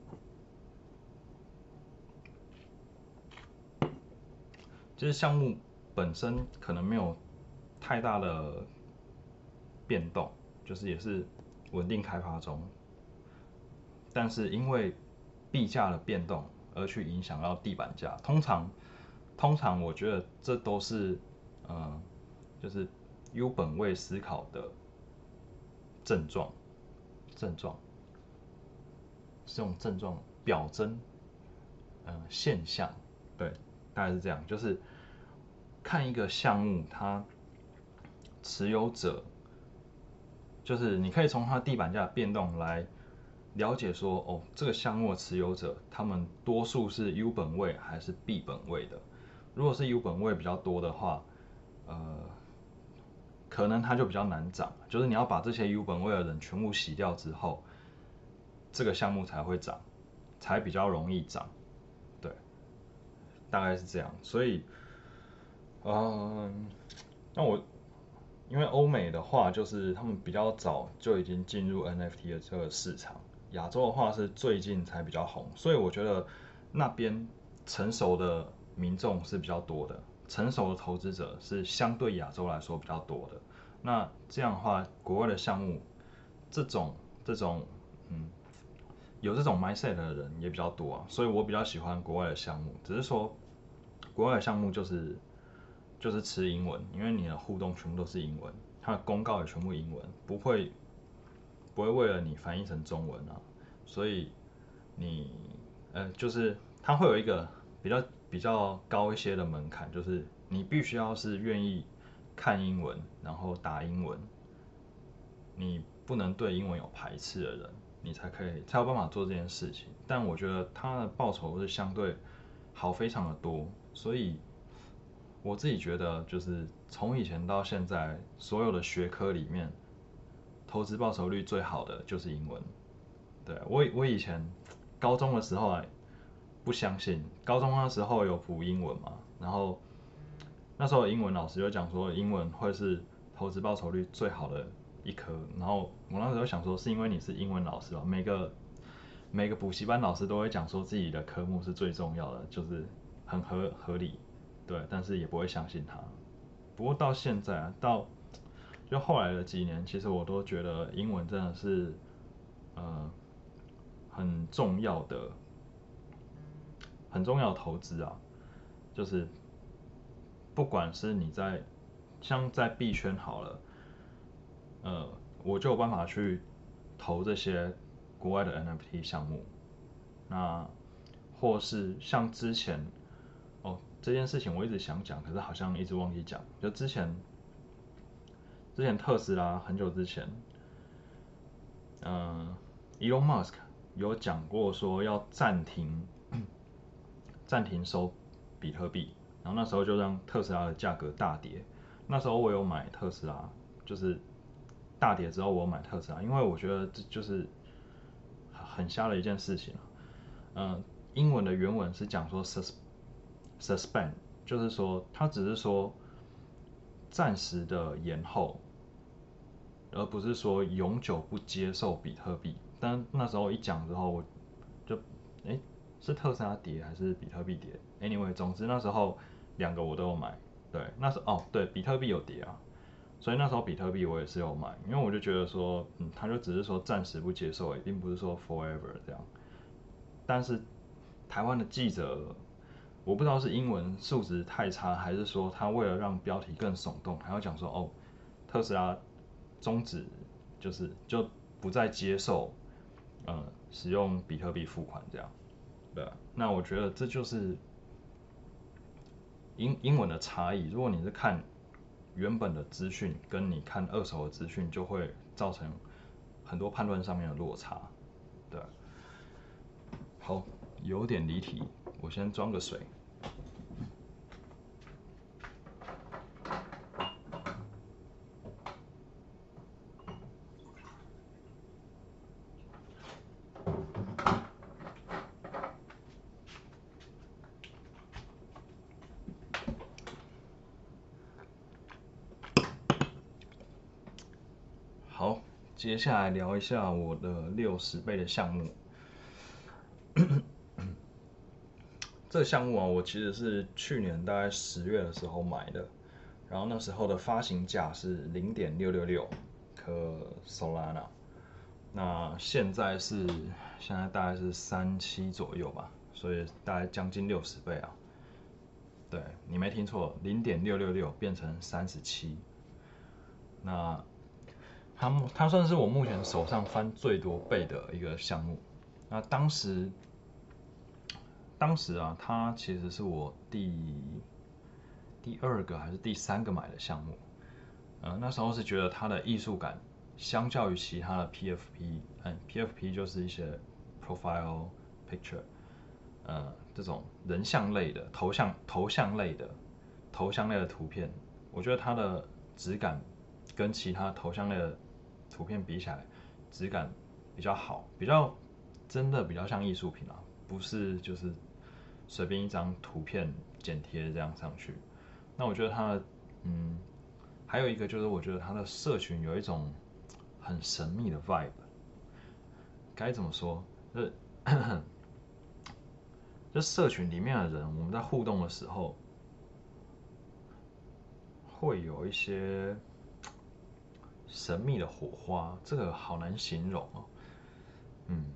Speaker 1: 其实项目本身可能没有太大的变动，就是也是稳定开发中，但是因为币价的变动而去影响到地板价，通常通常我觉得这都是呃就是 U 本位思考的症状症状，这种症状表征呃现象，对，大概是这样，就是看一个项目它持有者，就是你可以从它地板价的变动来了解说，哦，这个项目的持有者，他们多数是 U 本位还是 B 本位的？如果是 U 本位比较多的话，呃，可能它就比较难涨，就是你要把这些 U 本位的人全部洗掉之后，这个项目才会涨，才比较容易涨，对，大概是这样。所以，嗯，那我因为欧美的话，就是他们比较早就已经进入 N F T 的这个市场，亚洲的话是最近才比较红，所以我觉得那边成熟的民众是比较多的，成熟的投资者是相对亚洲来说比较多的。那这样的话，国外的项目，这种这种嗯有这种 mindset 的人也比较多啊，所以我比较喜欢国外的项目，只是说国外的项目就是就是吃英文，因为你的互动全部都是英文，它的公告也全部英文，不会不会为了你翻译成中文啊，所以你呃就是它会有一个比较比较高一些的门槛，就是你必须要是愿意看英文，然后打英文，你不能对英文有排斥的人，你才可以才有办法做这件事情。但我觉得它的报酬是相对好非常的多，所以我自己觉得就是从以前到现在，所有的学科里面，投资报酬率最好的就是英文。对，我我以前高中的时候啊，不相信，高中那时候有补英文嘛，然后那时候英文老师就讲说英文会是投资报酬率最好的一科，然后我那时候想说是因为你是英文老师吧，每个每个补习班老师都会讲说自己的科目是最重要的，就是很合合理，对，但是也不会相信他。不过到现在啊，到就后来的几年，其实我都觉得英文真的是呃很重要的很重要的投资啊，就是不管是你在像在币圈好了，呃，我就有办法去投这些国外的 N F T 项目，那或是像之前哦这件事情我一直想讲，可是好像一直忘记讲，就之前之前特斯拉很久之前，嗯、呃、，Elon Musk 有讲过说要暂停暂停收比特币，然后那时候就让特斯拉的价格大跌。那时候我有买特斯拉，就是大跌之后我有买特斯拉，因为我觉得这就是很瞎的一件事情啊。嗯，英文的原文是讲说 sus suspend，就是说它只是说暂时的延后，而不是说永久不接受比特币。但那时候一讲之后，我就哎、欸、是特斯拉跌还是比特币跌 ？Anyway，总之那时候两个我都有买。对，那时候哦对，比特币有跌啊，所以那时候比特币我也是有买，因为我就觉得说，嗯，他就只是说暂时不接受而已，并不是说 forever 这样。但是台湾的记者，我不知道是英文素质太差，还是说他为了让标题更耸动，还要讲说哦，特斯拉终止就是就不再接受呃使用比特币付款这样，对啊，那我觉得这就是英英文的差异。如果你是看原本的资讯，跟你看二手的资讯，就会造成很多判断上面的落差，对啊。 好，有点离题，我先装个水。好，接下来聊一下我的六十倍的项目。这个项目啊，我其实是去年大概十月的时候买的，然后那时候的发行价是零点六六六颗 Solana， 那现在是现在大概是三七左右吧，所以大概将近六十倍啊。对，你没听错，零点六六六变成三十七。那它它算是我目前手上翻最多倍的一个项目。那当时当时啊，它其实是我第第二个还是第三个买的项目。呃，那时候是觉得它的艺术感，相较于其他的 P F P， 嗯 ，P F P 就是一些 profile picture， 呃，这种人像类的、头像头像类的、头像类的图片，我觉得它的质感跟其他头像类的图片比起来，质感比较好，比较真的比较像艺术品啊，不是就是随便一张图片剪贴这样上去。那我觉得它的，嗯，还有一个就是我觉得它的社群有一种很神秘的 vibe，该怎么说？就是就社群里面的人，我们在互动的时候，会有一些神秘的火花，这个好难形容哦。嗯，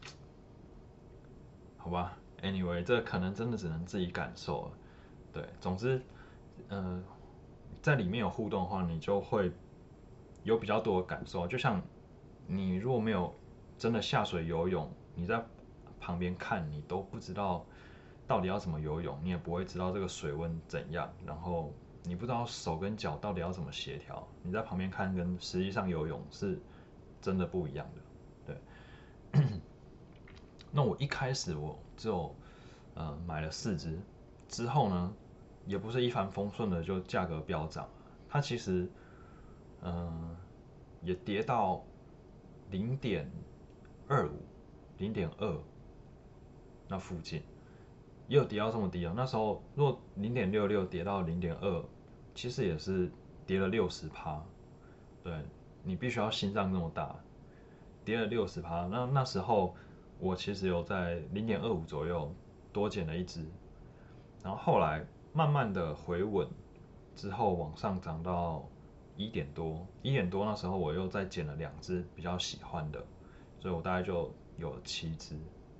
Speaker 1: 好吧，anyway，这可能真的只能自己感受了。对，总之，呃，在里面有互动的话，你就会有比较多的感受。就像你如果没有真的下水游泳，你在旁边看，你都不知道到底要怎么游泳，你也不会知道这个水温怎样，然后你不知道手跟脚到底要怎么协调。你在旁边看跟实际上游泳是真的不一样的。对，那我一开始我只有呃买了四只，之后呢，也不是一帆风顺的就价格飙涨，它其实嗯、呃也跌到零点二五、零点二那附近，也有跌到这么低啊。那时候若零点六六跌到零点二，其实也是跌了六十趴。对，你必须要心脏那么大，跌了六十趴。那那时候我其实有在零点二五左右多减了一只，然后后来慢慢的回稳之后往上涨到一点多，一点多那时候我又再减了两只比较喜欢的，所以我大概就有了七只。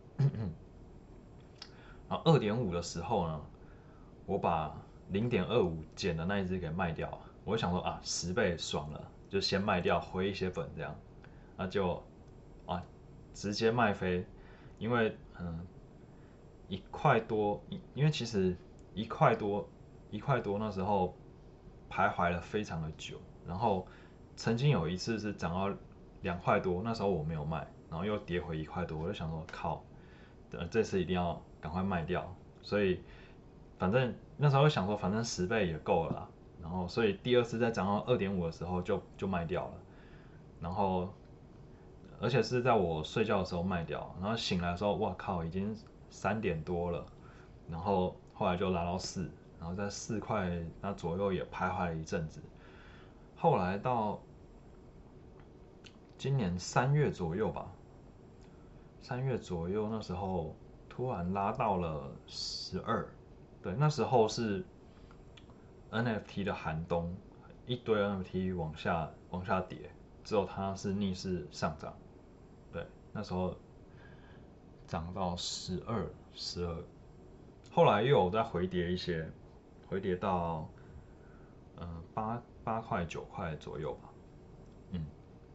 Speaker 1: 然后二点五的时候呢，我把零点二五减的那一只给卖掉，我就想说啊，十倍爽了，就先卖掉回一些本这样，那就啊直接卖飞，因为嗯一块多，因为其实一块多一块多那时候徘徊了非常的久，然后曾经有一次是涨到两块多，那时候我没有卖，然后又跌回一块多，我就想说靠，呃这次一定要赶快卖掉，所以反正那时候想说反正十倍也够了啦，然后所以第二次再涨到二点五的时候就就卖掉了，然后而且是在我睡觉的时候卖掉，然后醒来的时候，哇靠，已经三点多了，然后后来就拉到四，然后在四块那左右也徘徊了一阵子，后来到今年三月左右吧，三月左右那时候突然拉到了十二，对，那时候是 N F T 的寒冬，一堆 N F T 往下往下跌，只有它是逆势上涨，对，那时候涨到十二、十二，后来又有再回跌一些，回跌到呃八八块、九块左右吧，嗯，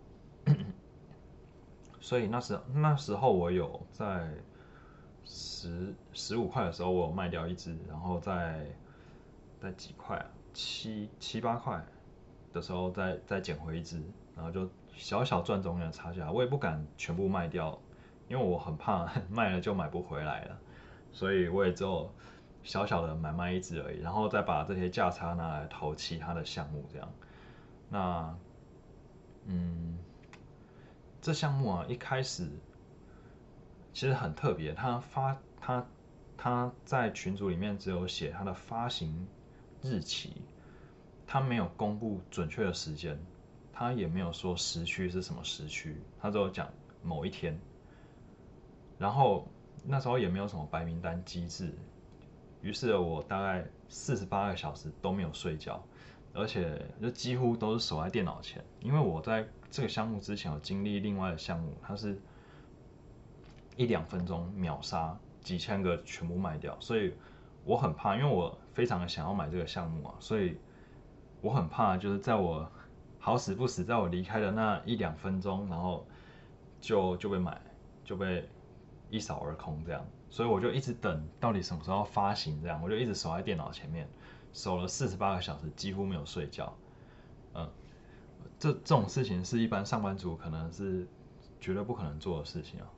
Speaker 1: 所以那时那时候我有在十十五块的时候我有卖掉一只，然后在在几块啊，七七八块的时候再再捡回一只，然后就小小赚中间的差价，我也不敢全部卖掉， 因为我很怕卖了就买不回来了，所以我也只有小小的买卖一只而已，然后再把这些价差拿来投其他的项目这样。那嗯，这项目啊一开始其实很特别，他发他他在群组里面只有写他的发行日期，他没有公布准确的时间，他也没有说时区是什么时区，他只有讲某一天。然后那时候也没有什么白名单机制，于是我大概四十八个小时都没有睡觉，而且就几乎都是守在电脑前，因为我在这个项目之前有经历另外的项目，它是一两分钟秒杀几千个全部卖掉，所以我很怕，因为我非常的想要买这个项目啊，所以我很怕就是在我好死不死在我离开的那一两分钟，然后就就被买就被一扫而空这样，所以我就一直等到底什么时候发行这样，我就一直守在电脑前面，守了四十八个小时，几乎没有睡觉。嗯，这这种事情是一般上班族可能是绝对不可能做的事情啊。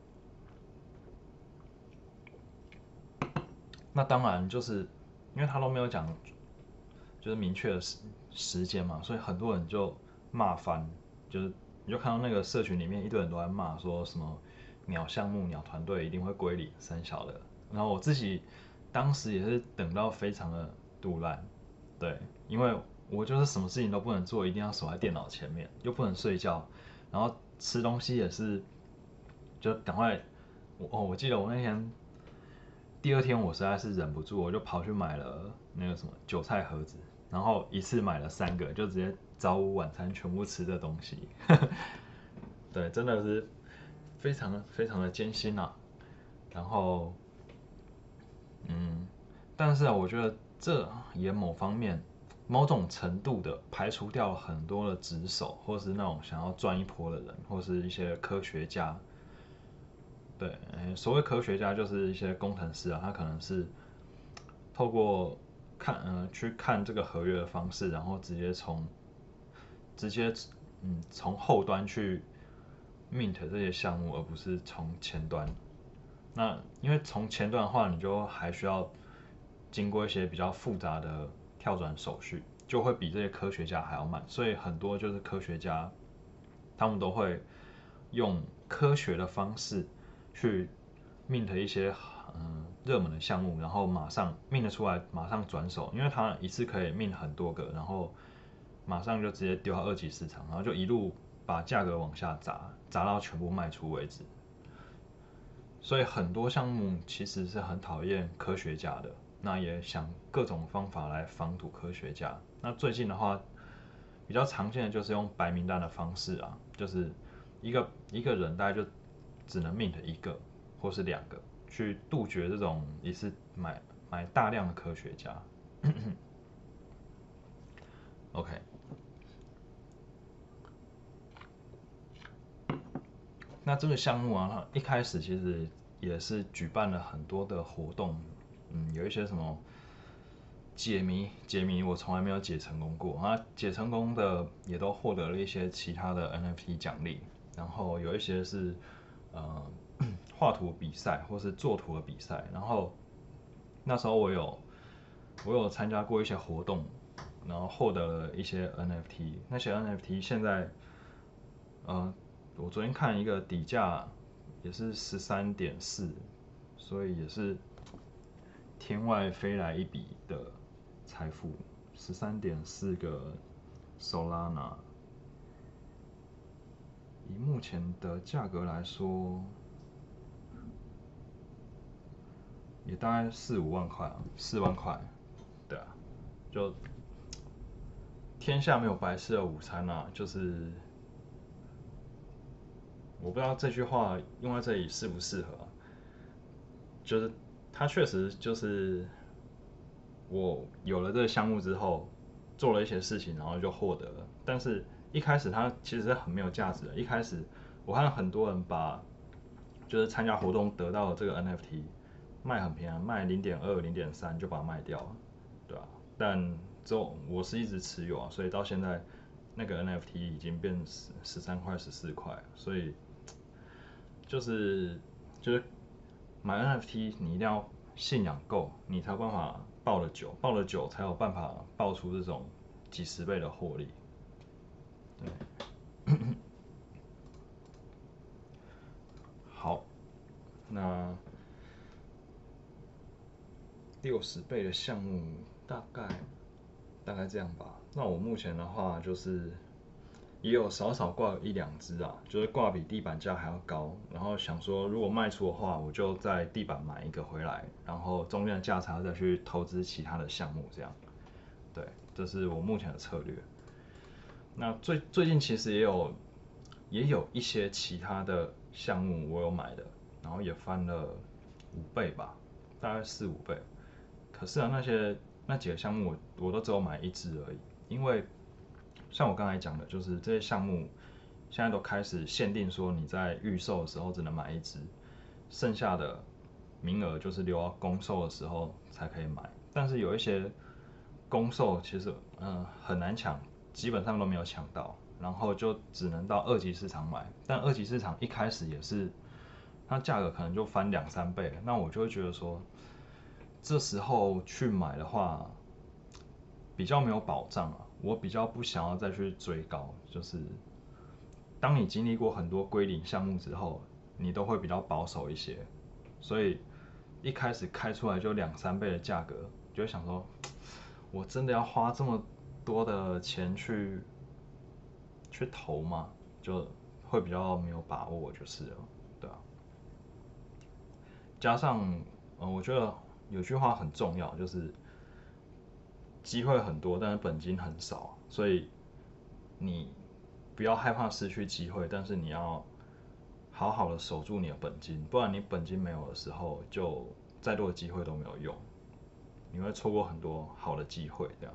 Speaker 1: 那当然就是因为他都没有讲，就是明确的时时间嘛，所以很多人就骂翻，就是你就看到那个社群里面一堆人都在骂说什么鸟项目、鸟团队一定会归零三小的，然后我自己当时也是等到非常的杜烂，对，因为我就是什么事情都不能做，一定要守在电脑前面，又不能睡觉，然后吃东西也是就赶快，哦，我记得我那天第二天我实在是忍不住，我就跑去买了那个什么韭菜盒子，然后一次买了三个，就直接早午晚餐全部吃的东西。对，真的是非常的非常的艰辛啊。然后，嗯，但是啊，我觉得这也某方面、某种程度的排除掉了很多的职手，或是那种想要赚一波的人，或是一些科学家。对，所谓科学家就是一些工程师啊，他可能是透过看呃去看这个合约的方式，然后直接从直接嗯从后端去 mint 这些项目，而不是从前端。那因为从前端的话，你就还需要经过一些比较复杂的跳转手续，就会比这些科学家还要慢。所以很多就是科学家，他们都会用科学的方式去 mint 一些嗯热门的项目，然后马上 mint 出来，马上转手，因为他一次可以 mint 很多个，然后马上就直接丢到二级市场，然后就一路把价格往下砸，砸到全部卖出为止。所以很多项目其实是很讨厌科学家的，那也想各种方法来防堵科学家。那最近的话，比较常见的就是用白名单的方式啊，就是一个一个人大概就只能 mint 一个或是两个，去杜绝这种也是买买大量的科学家。OK，那这个项目啊，一开始其实也是举办了很多的活动，嗯，有一些什么解谜，解谜我从来没有解成功过，啊，解成功的也都获得了一些其他的 N F T 奖励，然后有一些是呃画图比赛或是作图的比赛，然后那时候我有我有参加过一些活动，然后获得了一些 N F T，那些 N F T 现在呃我昨天看一个底价也是十三点四，所以也是天外飞来一笔的财富，十三点四个 Solana，以目前的价格来说，也大概四五万块啊，四万块，对啊，就天下没有白吃的午餐啊，就是我不知道这句话用在这里适不适合啊，就是它确实就是我有了这个项目之后，做了一些事情，然后就获得了。但是一开始它其实是很没有价值的。一开始我看很多人把就是参加活动得到的这个 N F T 卖很便宜，卖零点二、零点三就把它卖掉了，对啊。但之后我是一直持有啊，所以到现在那个 N F T 已经变十十三块、十四块，所以就是就是买 N F T， 你一定要信仰够，你才有办法抱得久，抱得久才有办法爆出这种几十倍的获利。对，好，那六十倍的项目大概大概这样吧。那我目前的话就是也有少少挂一两只啊，就是挂比地板价还要高。然后想说，如果卖出的话，我就在地板买一个回来，然后中间的价差再去投资其他的项目，这样。对，这是我目前的策略。那最最近其实也有也有一些其他的项目我有买的，然后也翻了五倍吧，大概四五倍。可是啊，那些那几个项目我我都只有买一只而已，因为像我刚才讲的，就是这些项目现在都开始限定说你在预售的时候只能买一只，剩下的名额就是留到公售的时候才可以买。但是有一些公售其实嗯、呃、很难抢，基本上都没有抢到，然后就只能到二级市场买。但二级市场一开始也是，它价格可能就翻两三倍，那我就会觉得说，这时候去买的话，比较没有保障啊。我比较不想要再去追高，就是当你经历过很多归零项目之后，你都会比较保守一些。所以一开始开出来就两三倍的价格，就会想说，我真的要花这么多的钱去去投吗？就会比较没有把握，就是了，对啊。加上，呃，我觉得有句话很重要，就是机会很多，但是本金很少，所以你不要害怕失去机会，但是你要好好的守住你的本金，不然你本金没有的时候，就再多的机会都没有用，你会错过很多好的机会。这样，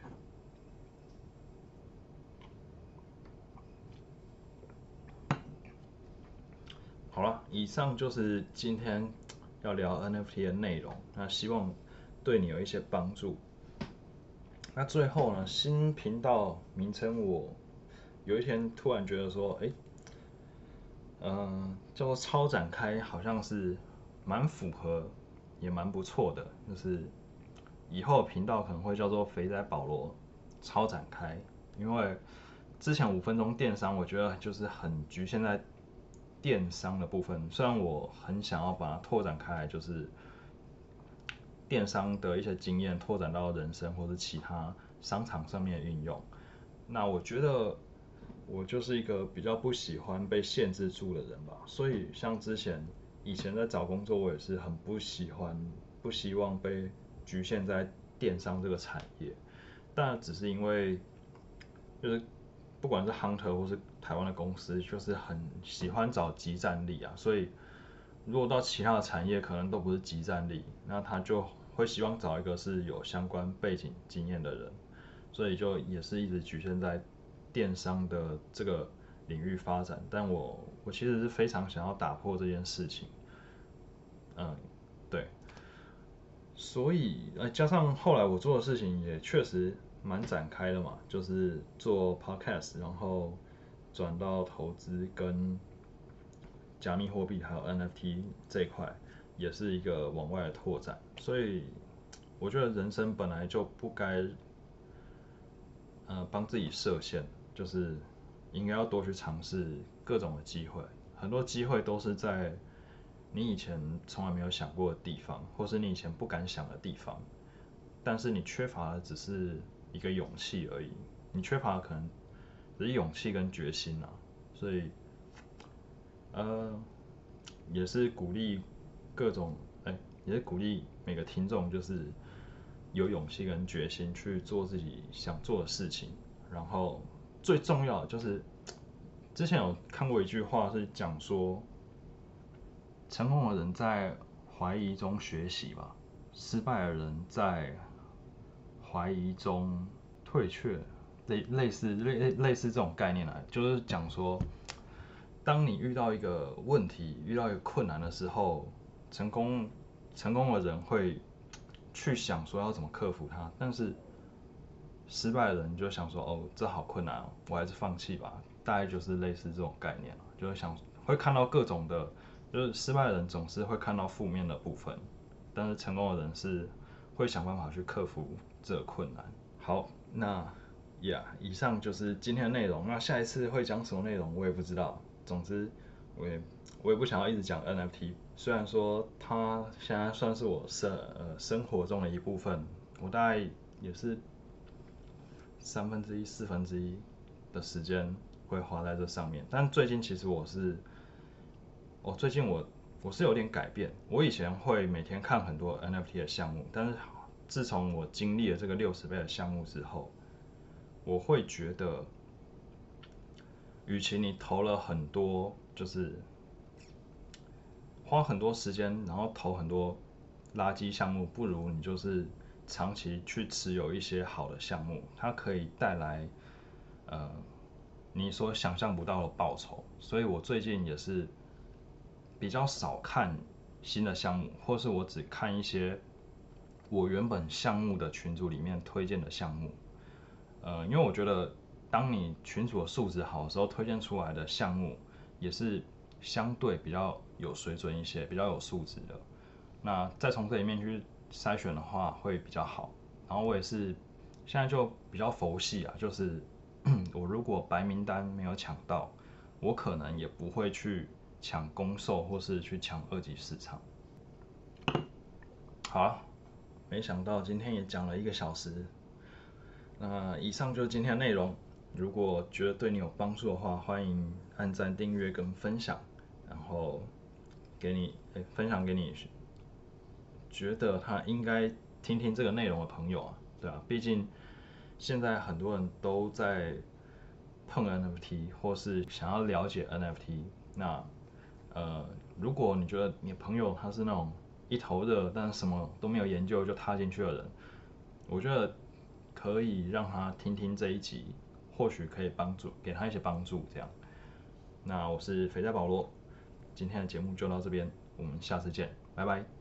Speaker 1: 好了，以上就是今天要聊 N F T 的内容，那希望对你有一些帮助。那最后呢，新频道名称我有一天突然觉得说，哎、欸，嗯、呃，叫做超展开，好像是蛮符合，也蛮不错的。就是以后频道可能会叫做肥仔保罗超展开，因为之前五分钟电商，我觉得就是很局限在电商的部分。虽然我很想要把它拓展开来，就是电商的一些经验拓展到人生或是其他商场上面的运用。那我觉得我就是一个比较不喜欢被限制住的人吧，所以像之前以前在找工作，我也是很不喜欢、不希望被局限在电商这个产业。但只是因为就是不管是 Hunter 或是台湾的公司，就是很喜欢找集战力啊，所以如果到其他的产业可能都不是集战力，那他就会希望找一个是有相关背景经验的人，所以就也是一直局限在电商的这个领域发展。但我我其实是非常想要打破这件事情，嗯，对，所以呃加上后来我做的事情也确实蛮展开的嘛，就是做 podcast，然后转到投资跟加密货币还有 N F T 这一块，也是一个往外的拓展。所以我觉得人生本来就不该呃帮自己设限，就是应该要多去尝试各种的机会。很多机会都是在你以前从来没有想过的地方，或是你以前不敢想的地方，但是你缺乏的只是一个勇气而已。你缺乏的可能只是勇气跟决心啊。所以呃也是鼓励各种，哎、欸，也是鼓励每个听众，就是有勇气跟决心去做自己想做的事情。然后最重要的就是，之前有看过一句话是讲说，成功的人在怀疑中学习吧，失败的人在怀疑中退却，类类似类类似这种概念来，就是讲说，当你遇到一个问题、遇到一个困难的时候，成功成功的人会去想说要怎么克服它，但是失败的人就想说，哦，这好困难哦，我还是放弃吧。大概就是类似这种概念，就是想会看到各种的就是失败的人总是会看到负面的部分，但是成功的人是会想办法去克服这个困难。好，那呀， yeah, 以上就是今天的内容。那下一次会讲什么内容，我也不知道。总之，我也我也不想要一直讲 N F T， 虽然说它现在算是我生呃生活中的一部分，我大概也是三分之一、四分之一的时间会花在这上面。但最近其实我是，哦，最近我我是有点改变。我以前会每天看很多 N F T 的项目，但是自从我经历了这个六十倍的项目之后，我会觉得，与其你投了很多，就是花很多时间，然后投很多垃圾项目，不如你就是长期去持有一些好的项目，它可以带来呃你所想象不到的报酬。所以我最近也是比较少看新的项目，或是我只看一些我原本项目的群组里面推荐的项目。呃，因为我觉得当你群组的素质好的时候，推荐出来的项目也是相对比较有水准一些，比较有素质的。那再从这里面去筛选的话，会比较好。然后我也是现在就比较佛系啊，就是我如果白名单没有抢到，我可能也不会去抢公售或是去抢二级市场。好了，没想到今天也讲了一个小时。那以上就是今天的内容。如果觉得对你有帮助的话，欢迎按赞、订阅跟分享，然后给你、欸、分享给你觉得他应该听听这个内容的朋友啊，对啊，毕竟现在很多人都在碰 N F T 或是想要了解 N F T。那呃，如果你觉得你的朋友他是那种一头热，但是什么都没有研究就踏进去的人，我觉得可以让他听听这一集，或许可以帮助给他一些帮助。这样，那我是肥仔保罗，今天的节目就到这边，我们下次见，拜拜。